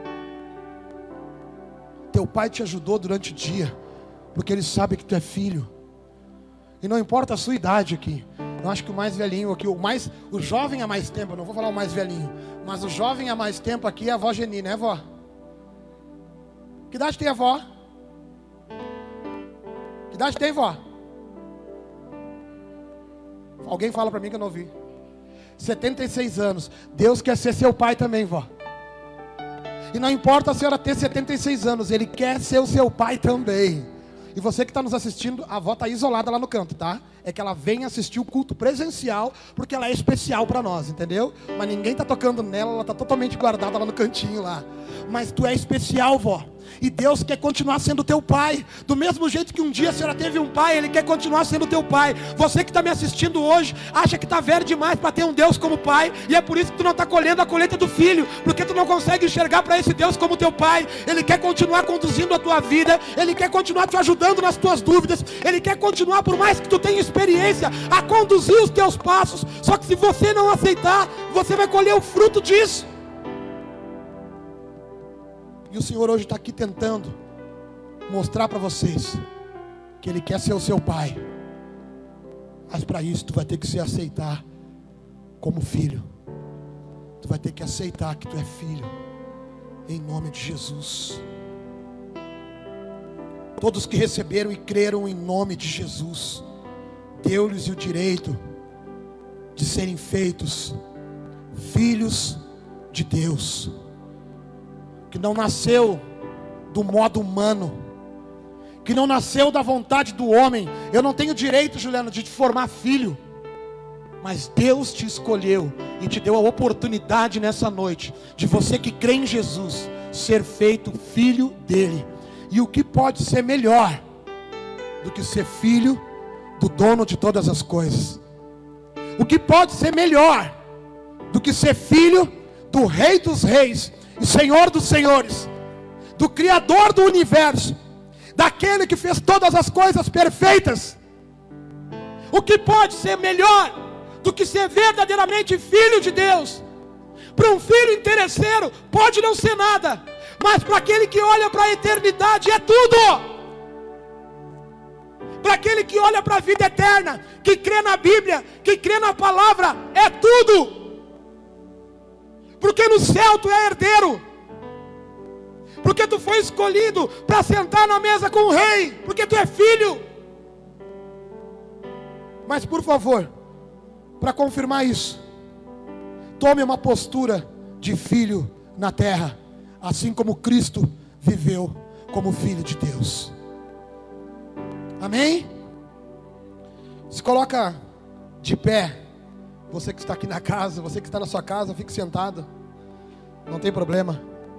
Teu pai te ajudou durante o dia, porque ele sabe que tu é filho. E não importa a sua idade aqui. Eu acho que o mais velhinho aqui, o mais, o jovem há mais tempo, eu não vou falar o mais velhinho, mas o jovem há mais tempo aqui é a avó Geni, né, vó? Que idade tem a avó? Que idade tem, vó? Alguém fala para mim que eu não ouvi. setenta e seis anos. Deus quer ser seu pai também, vó. E não importa a senhora ter setenta e seis anos, Ele quer ser o seu pai também. E você que está nos assistindo, a avó está isolada lá no canto, tá? É que ela vem assistir o culto presencial, porque ela é especial para nós, entendeu? Mas ninguém está tocando nela, ela está totalmente guardada lá no cantinho lá. Mas tu é especial, vó. E Deus quer continuar sendo teu pai. Do mesmo jeito que um dia a senhora teve um pai, Ele quer continuar sendo teu pai. Você que está me assistindo hoje, acha que está velho demais para ter um Deus como pai, e é por isso que tu não está colhendo a colheita do filho, porque tu não consegue enxergar para esse Deus como teu pai. Ele quer continuar conduzindo a tua vida, Ele quer continuar te ajudando nas tuas dúvidas, Ele quer continuar, por mais que tu tenha experiência, a conduzir os teus passos. Só que se você não aceitar, você vai colher o fruto disso. E o Senhor hoje está aqui tentando mostrar para vocês que Ele quer ser o seu pai. Mas para isso tu vai ter que se aceitar como filho. Tu vai ter que aceitar que tu é filho, em nome de Jesus. Todos que receberam e creram em nome de Jesus, deu-lhes o direito de serem feitos filhos de Deus. Que não nasceu do modo humano, que não nasceu da vontade do homem. Eu não tenho direito, Juliana, de te formar filho, mas Deus te escolheu e te deu a oportunidade nessa noite, de você que crê em Jesus, ser feito filho dele. E o que pode ser melhor do que ser filho do dono de todas as coisas? O que pode ser melhor do que ser filho do Rei dos Reis e Senhor dos Senhores, do Criador do universo, daquele que fez todas as coisas perfeitas? O que pode ser melhor do que ser verdadeiramente filho de Deus? Para um filho interesseiro pode não ser nada, mas para aquele que olha para a eternidade é tudo. Para aquele que olha para a vida eterna, que crê na Bíblia, que crê na palavra, é tudo. Porque no céu tu é herdeiro, Porque tu foi escolhido para sentar na mesa com o rei, porque tu é filho. Mas por favor, para confirmar isso, tome uma postura de filho na terra, assim como Cristo viveu como filho de Deus. Amém? Se coloca de pé. Você que está aqui na casa, você que está na sua casa, fique sentado. Não tem problema.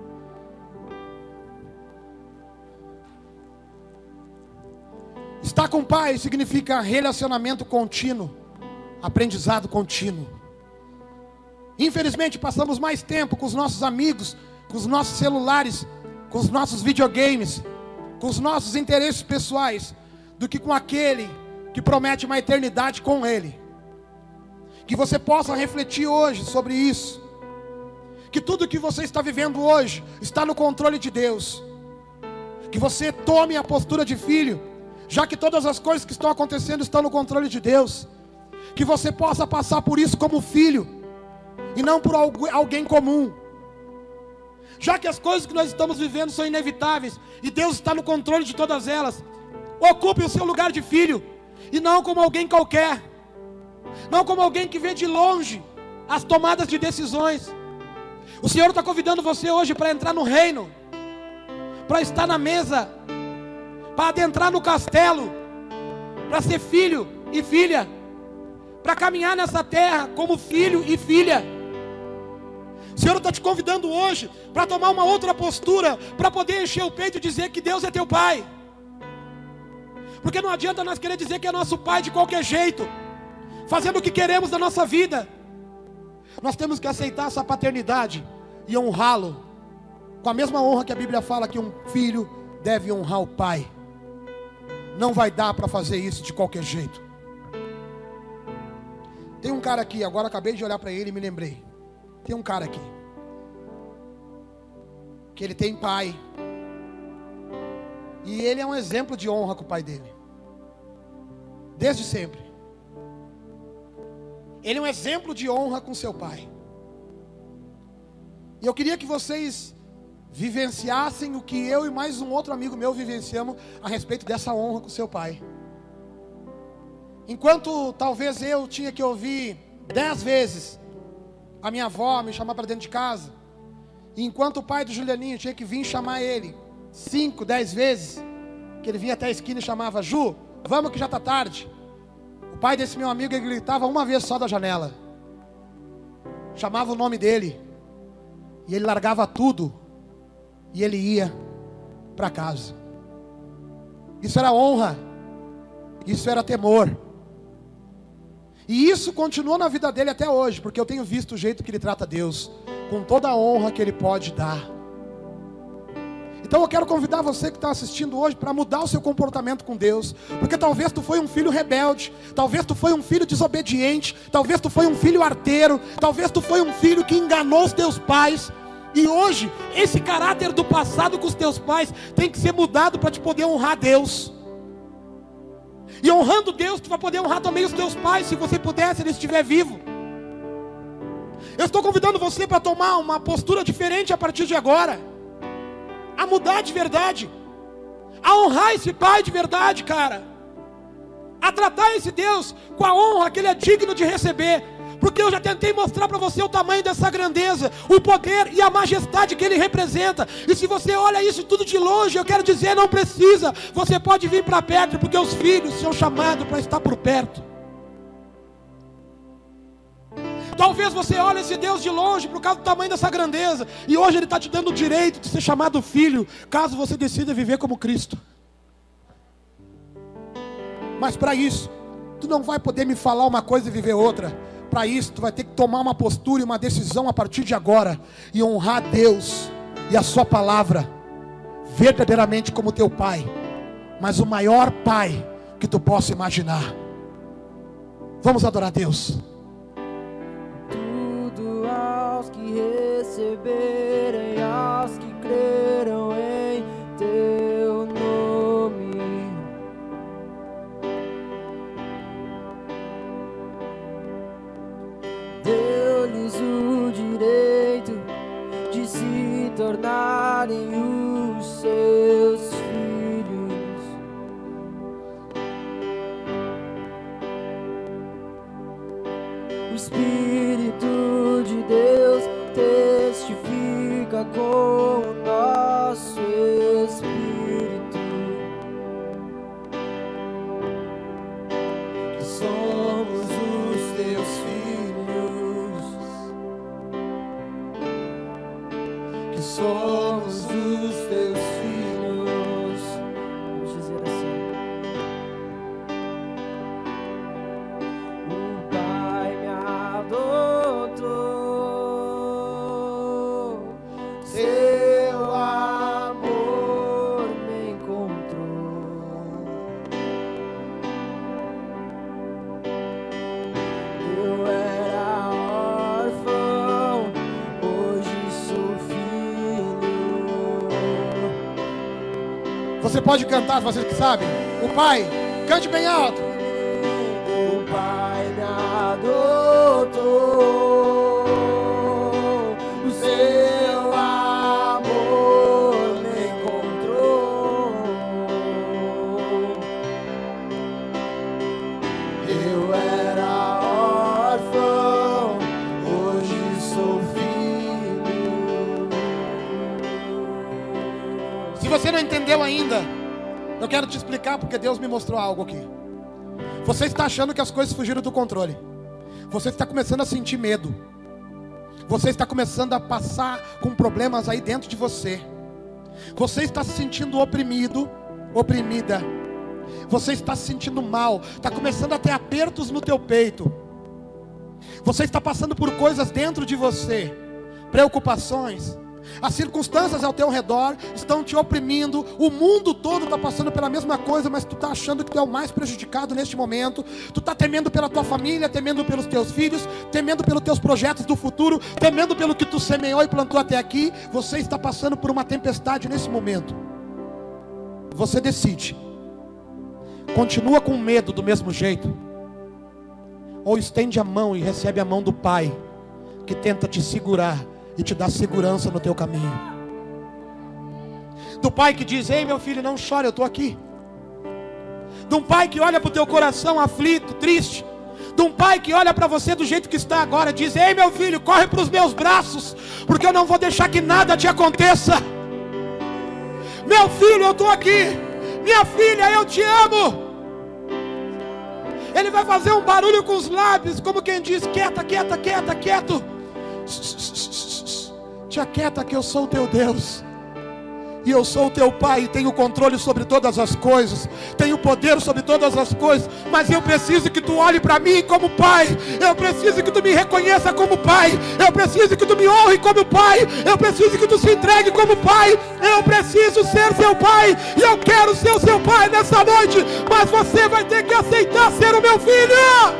Estar com o Pai significa relacionamento contínuo, aprendizado contínuo. Infelizmente passamos mais tempo com os nossos amigos, com os nossos celulares, com os nossos videogames, com os nossos interesses pessoais, do que com aquele que promete uma eternidade com Ele. Que você possa refletir hoje sobre isso. Que tudo que você está vivendo hoje está no controle de Deus. Que você tome a postura de filho, já que todas as coisas que estão acontecendo estão no controle de Deus. Que você possa passar por isso como filho, e não por alguém comum. Já que as coisas que nós estamos vivendo são inevitáveis, e Deus está no controle de todas elas, ocupe o seu lugar de filho, e não como alguém qualquer, não como alguém que vê de longe as tomadas de decisões. O Senhor está convidando você hoje para entrar no reino, para estar na mesa, para adentrar no castelo, para ser filho e filha, para caminhar nessa terra como filho e filha. O Senhor está te convidando hoje para tomar uma outra postura, para poder encher o peito e dizer que Deus é teu Pai. Porque não adianta nós querer dizer que é nosso Pai de qualquer jeito, fazendo o que queremos da nossa vida. Nós temos que aceitar essa paternidade e honrá-lo com a mesma honra que a Bíblia fala que um filho deve honrar o pai. Não vai dar para fazer isso de qualquer jeito. Tem um cara aqui, agora acabei de olhar para ele e me lembrei. Tem um cara aqui que ele tem pai, e ele é um exemplo de honra com o pai dele, desde sempre. Ele é um exemplo de honra com seu pai. E eu queria que vocês vivenciassem o que eu e mais um outro amigo meu vivenciamos a respeito dessa honra com seu pai. Enquanto talvez eu tinha que ouvir dez vezes a minha avó me chamar para dentro de casa, e enquanto o pai do Julianinho tinha que vir chamar ele cinco, dez vezes, que ele vinha até a esquina e chamava: Ju, vamos que já está tarde. O pai desse meu amigo, ele gritava uma vez só da janela, chamava o nome dele, e ele largava tudo, e ele ia para casa. Isso era honra, isso era temor. E isso continua na vida dele até hoje, porque eu tenho visto o jeito que ele trata Deus, com toda a honra que ele pode dar. Então eu quero convidar você que está assistindo hoje para mudar o seu comportamento com Deus. Porque talvez tu foi um filho rebelde, talvez tu foi um filho desobediente, talvez tu foi um filho arteiro, talvez tu foi um filho que enganou os teus pais. E hoje, esse caráter do passado com os teus pais tem que ser mudado para te poder honrar Deus. E honrando Deus, tu vai poder honrar também os teus pais, se você puder, se ele estiver vivo. Eu estou convidando você para tomar uma postura diferente a partir de agora, a mudar de verdade, a honrar esse pai de verdade, cara, a tratar esse Deus com a honra que ele é digno de receber. Porque eu já tentei mostrar para você o tamanho dessa grandeza, o poder e a majestade que ele representa. E se você olha isso tudo de longe, eu quero dizer, não precisa. Você pode vir para perto, porque os filhos são chamados para estar por perto. Talvez você olhe esse Deus de longe por causa do tamanho dessa grandeza, e hoje ele está te dando o direito de ser chamado filho, caso você decida viver como Cristo. Mas para isso, tu não vai poder me falar uma coisa e viver outra. Para isso, tu vai ter que tomar uma postura e uma decisão a partir de agora, e honrar Deus e a sua palavra verdadeiramente como teu pai, mas o maior pai que tu possa imaginar. Vamos adorar Deus. Tudo aos que receberem, aos que creram em teu nome. Deu-lhes o direito de se tornarem os seus filhos. O Espírito de Deus testifica com o nosso espírito que somos os teus filhos, que somos os teus filhos. Vamos dizer assim: o Pai me adotou, seu amor me encontrou. Eu era órfão, hoje sou filho. Você pode cantar, vocês que sabem. O Pai, cante bem alto. O Pai me adotou, o seu amor me encontrou. Eu era órfão, hoje sou filho. Se você não entendeu ainda, eu quero te explicar porque Deus me mostrou algo aqui. Você está achando que as coisas fugiram do controle. Você está começando a sentir medo. Você está começando a passar com problemas aí dentro de você. Você está se sentindo oprimido, oprimida. Você está se sentindo mal. Está começando a ter apertos no teu peito. Você está passando por coisas dentro de você, preocupações. As circunstâncias ao teu redor estão te oprimindo. O mundo todo está passando pela mesma coisa, mas tu está achando que tu é o mais prejudicado neste momento. Tu está temendo pela tua família, temendo pelos teus filhos, temendo pelos teus projetos do futuro, temendo pelo que tu semeou e plantou até aqui. Você está passando por uma tempestade nesse momento. Você decide: continua com medo do mesmo jeito, ou estende a mão e recebe a mão do Pai, que tenta te segurar e te dar segurança no teu caminho. Do Pai que diz: ei meu filho, não chore, eu estou aqui. De um Pai que olha para o teu coração aflito, triste. De um Pai que olha para você do jeito que está agora, diz: ei meu filho, corre para os meus braços, porque eu não vou deixar que nada te aconteça. Meu filho, eu estou aqui. Minha filha, eu te amo. Ele vai fazer um barulho com os lábios, como quem diz: quieta, quieta, quieta, quieto. Te aquieta que eu sou o teu Deus. E eu sou o teu Pai e tenho controle sobre todas as coisas. Tenho poder sobre todas as coisas. Mas eu preciso que tu olhe para mim como Pai. Eu preciso que tu me reconheça como Pai. Eu preciso que tu me honre como Pai. Eu preciso que tu se entregue como Pai. Eu preciso ser seu Pai. E eu quero ser o seu Pai nessa noite. Mas você vai ter que aceitar ser o meu filho.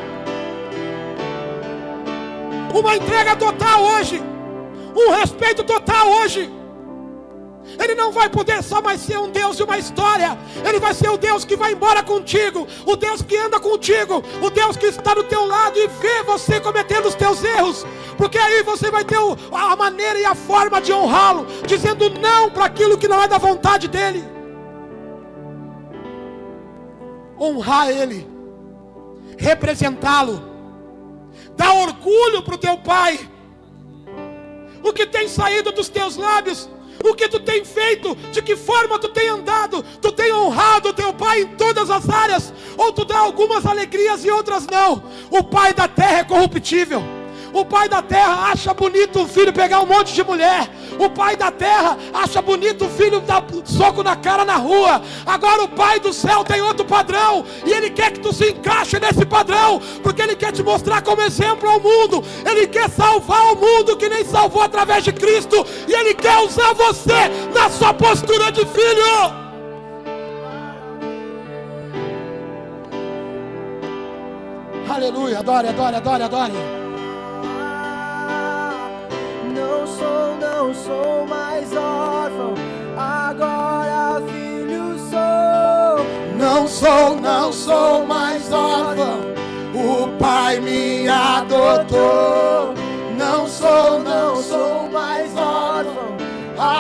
Uma entrega total hoje. Um respeito total hoje. Ele não vai poder só mais ser um Deus de uma história. Ele vai ser o Deus que vai embora contigo, o Deus que anda contigo, o Deus que está do teu lado e vê você cometendo os teus erros. Porque aí você vai ter a maneira e a forma de honrá-lo, dizendo não para aquilo que não é da vontade dele. Honrar ele, representá-lo, dar orgulho para o teu Pai. O que tem saído dos teus lábios, o que tu tem feito, de que forma tu tem andado, tu tem honrado o teu Pai em todas as áreas, ou tu dá algumas alegrias e outras não. O Pai da terra é corruptível. O pai da terra acha bonito o filho pegar um monte de mulher. O pai da terra acha bonito o filho dar soco na cara na rua. Agora o Pai do céu tem outro padrão, e Ele quer que tu se encaixe nesse padrão, porque Ele quer te mostrar como exemplo ao mundo. Ele quer salvar o mundo que nem salvou através de Cristo, e Ele quer usar você na sua postura de filho. Aleluia, adore, adore, adore, adore. Não sou, não sou mais órfão, agora filho sou. Não sou, não sou mais órfão, o Pai me adotou. Não sou, não sou mais órfão,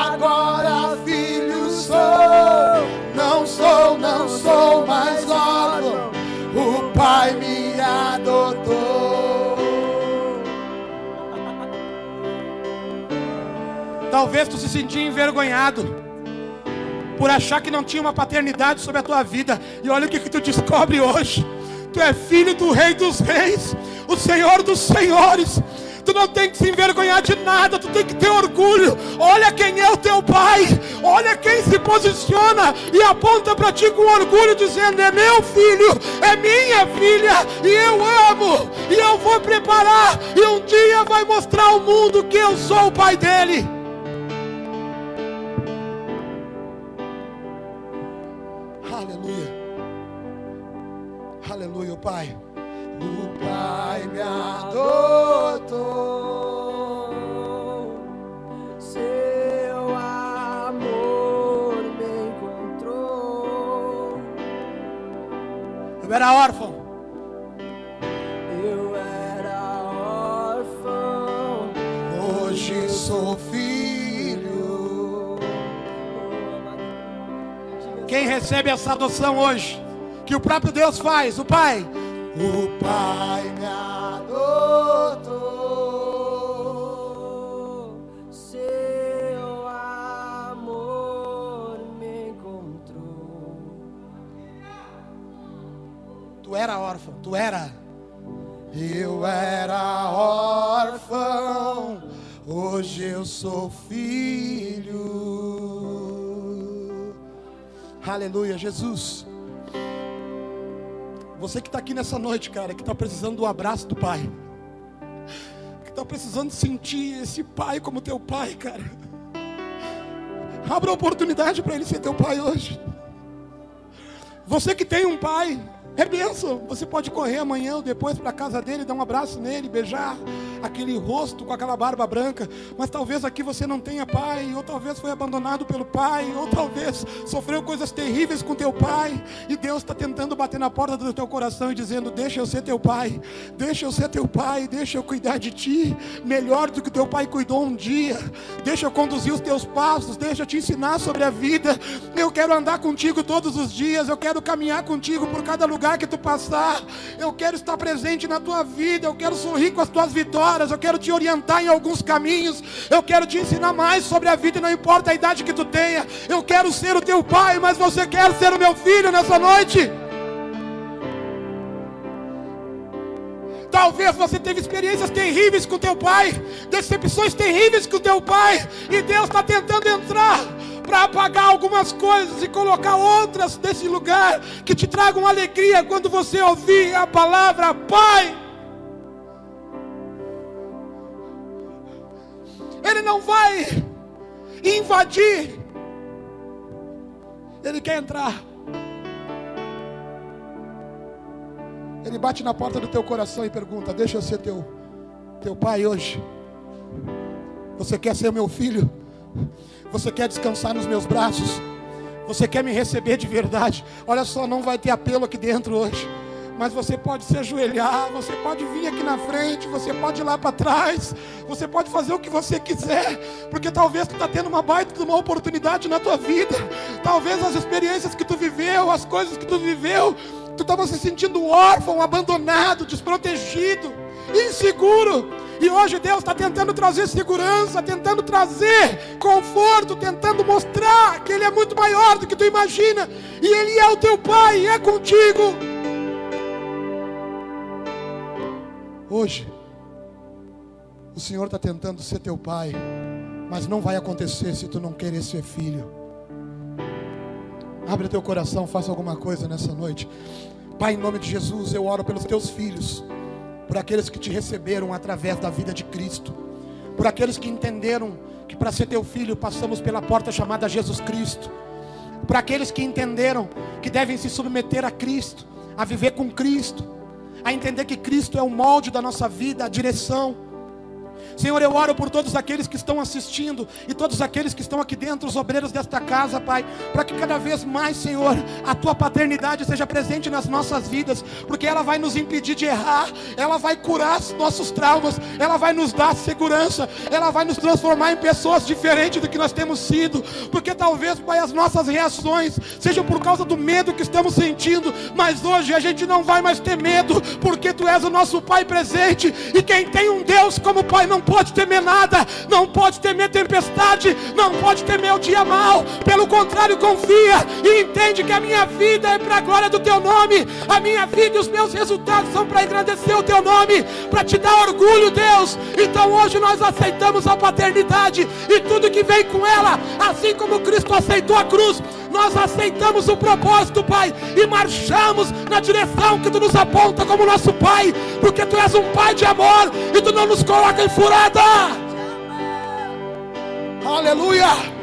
Talvez tu se sentia envergonhado por achar que não tinha uma paternidade sobre a tua vida. E olha o que, que tu descobre hoje. Tu é filho do Rei dos Reis, o Senhor dos Senhores. Tu não tem que se envergonhar de nada, tu tem que ter orgulho. Olha quem é o teu pai, olha quem se posiciona e aponta para ti com orgulho, dizendo: é meu filho, é minha filha, e eu amo, e eu vou preparar, e um dia vai mostrar ao mundo que eu sou o pai dele. Aleluia, aleluia, Pai. O Pai me adotou, seu amor me encontrou. Eu era órfão, eu era órfão, hoje sou filho. Quem recebe essa adoção hoje, que o próprio Deus faz, o Pai. O Pai me adotou, seu amor me encontrou. Tu era órfão, tu era. Eu era órfão, hoje eu sou filho. Aleluia, Jesus. Você que está aqui nessa noite, cara, que está precisando do abraço do Pai, que está precisando sentir esse Pai como teu Pai, cara, abra a oportunidade para Ele ser teu Pai hoje. Você que tem um Pai, é bênção. Você pode correr amanhã ou depois para a casa dele, dar um abraço nele, beijar aquele rosto com aquela barba branca. Mas talvez aqui você não tenha pai, ou talvez foi abandonado pelo pai, ou talvez sofreu coisas terríveis com teu pai, e Deus está tentando bater na porta do teu coração e dizendo: deixa eu ser teu pai, deixa eu ser teu pai, deixa eu cuidar de ti, melhor do que o teu pai cuidou um dia. Deixa eu conduzir os teus passos, deixa eu te ensinar sobre a vida. Eu quero andar contigo todos os dias, eu quero caminhar contigo por cada lugar que tu passar. Eu quero estar presente na tua vida, eu quero sorrir com as tuas vitórias, eu quero te orientar em alguns caminhos, eu quero te ensinar mais sobre a vida, e não importa a idade que tu tenha. Eu quero ser o teu pai, mas você quer ser o meu filho nessa noite? Talvez você teve experiências terríveis com teu pai, decepções terríveis com teu pai, e Deus está tentando entrar para apagar algumas coisas e colocar outras nesse lugar, que te tragam alegria quando você ouvir a palavra Pai. Ele não vai invadir, Ele quer entrar. Ele bate na porta do teu coração e pergunta: deixa eu ser teu, teu pai hoje? Você quer ser meu filho? Você quer descansar nos meus braços? Você quer me receber de verdade? Olha só, não vai ter apelo aqui dentro hoje, mas você pode se ajoelhar, você pode vir aqui na frente, você pode ir lá para trás, você pode fazer o que você quiser, porque talvez tu está tendo uma baita de uma oportunidade na tua vida. Talvez as experiências que tu viveu, as coisas que tu viveu, tu estava se sentindo órfão, abandonado, desprotegido, inseguro. E hoje Deus está tentando trazer segurança, tentando trazer conforto, tentando mostrar que Ele é muito maior do que tu imagina. E Ele é o teu Pai, é contigo. Hoje, o Senhor está tentando ser teu Pai, mas não vai acontecer se tu não querer ser filho. Abre teu coração, faça alguma coisa nessa noite. Pai, em nome de Jesus, eu oro pelos teus filhos, por aqueles que te receberam através da vida de Cristo, por aqueles que entenderam que para ser teu filho passamos pela porta chamada Jesus Cristo, por aqueles que entenderam que devem se submeter a Cristo, a viver com Cristo, a entender que Cristo é o molde da nossa vida, a direção. Senhor, eu oro por todos aqueles que estão assistindo e todos aqueles que estão aqui dentro, os obreiros desta casa, Pai, para que cada vez mais, Senhor, a Tua paternidade seja presente nas nossas vidas, porque ela vai nos impedir de errar, ela vai curar os nossos traumas, ela vai nos dar segurança, ela vai nos transformar em pessoas diferentes do que nós temos sido, porque talvez, Pai, as nossas reações sejam por causa do medo que estamos sentindo, mas hoje a gente não vai mais ter medo, porque Tu és o nosso Pai presente, e quem tem um Deus como Pai não pode temer nada, não pode temer tempestade, não pode temer o dia mau. Pelo contrário, confia e entende que a minha vida é para a glória do teu nome. A minha vida e os meus resultados são para engrandecer o teu nome, para te dar orgulho, Deus. Então hoje nós aceitamos a paternidade e tudo que vem com ela, assim como Cristo aceitou a cruz. Nós aceitamos o propósito, Pai, e marchamos na direção que Tu nos aponta como nosso Pai, porque Tu és um Pai de amor e Tu não nos coloca em furada. Aleluia.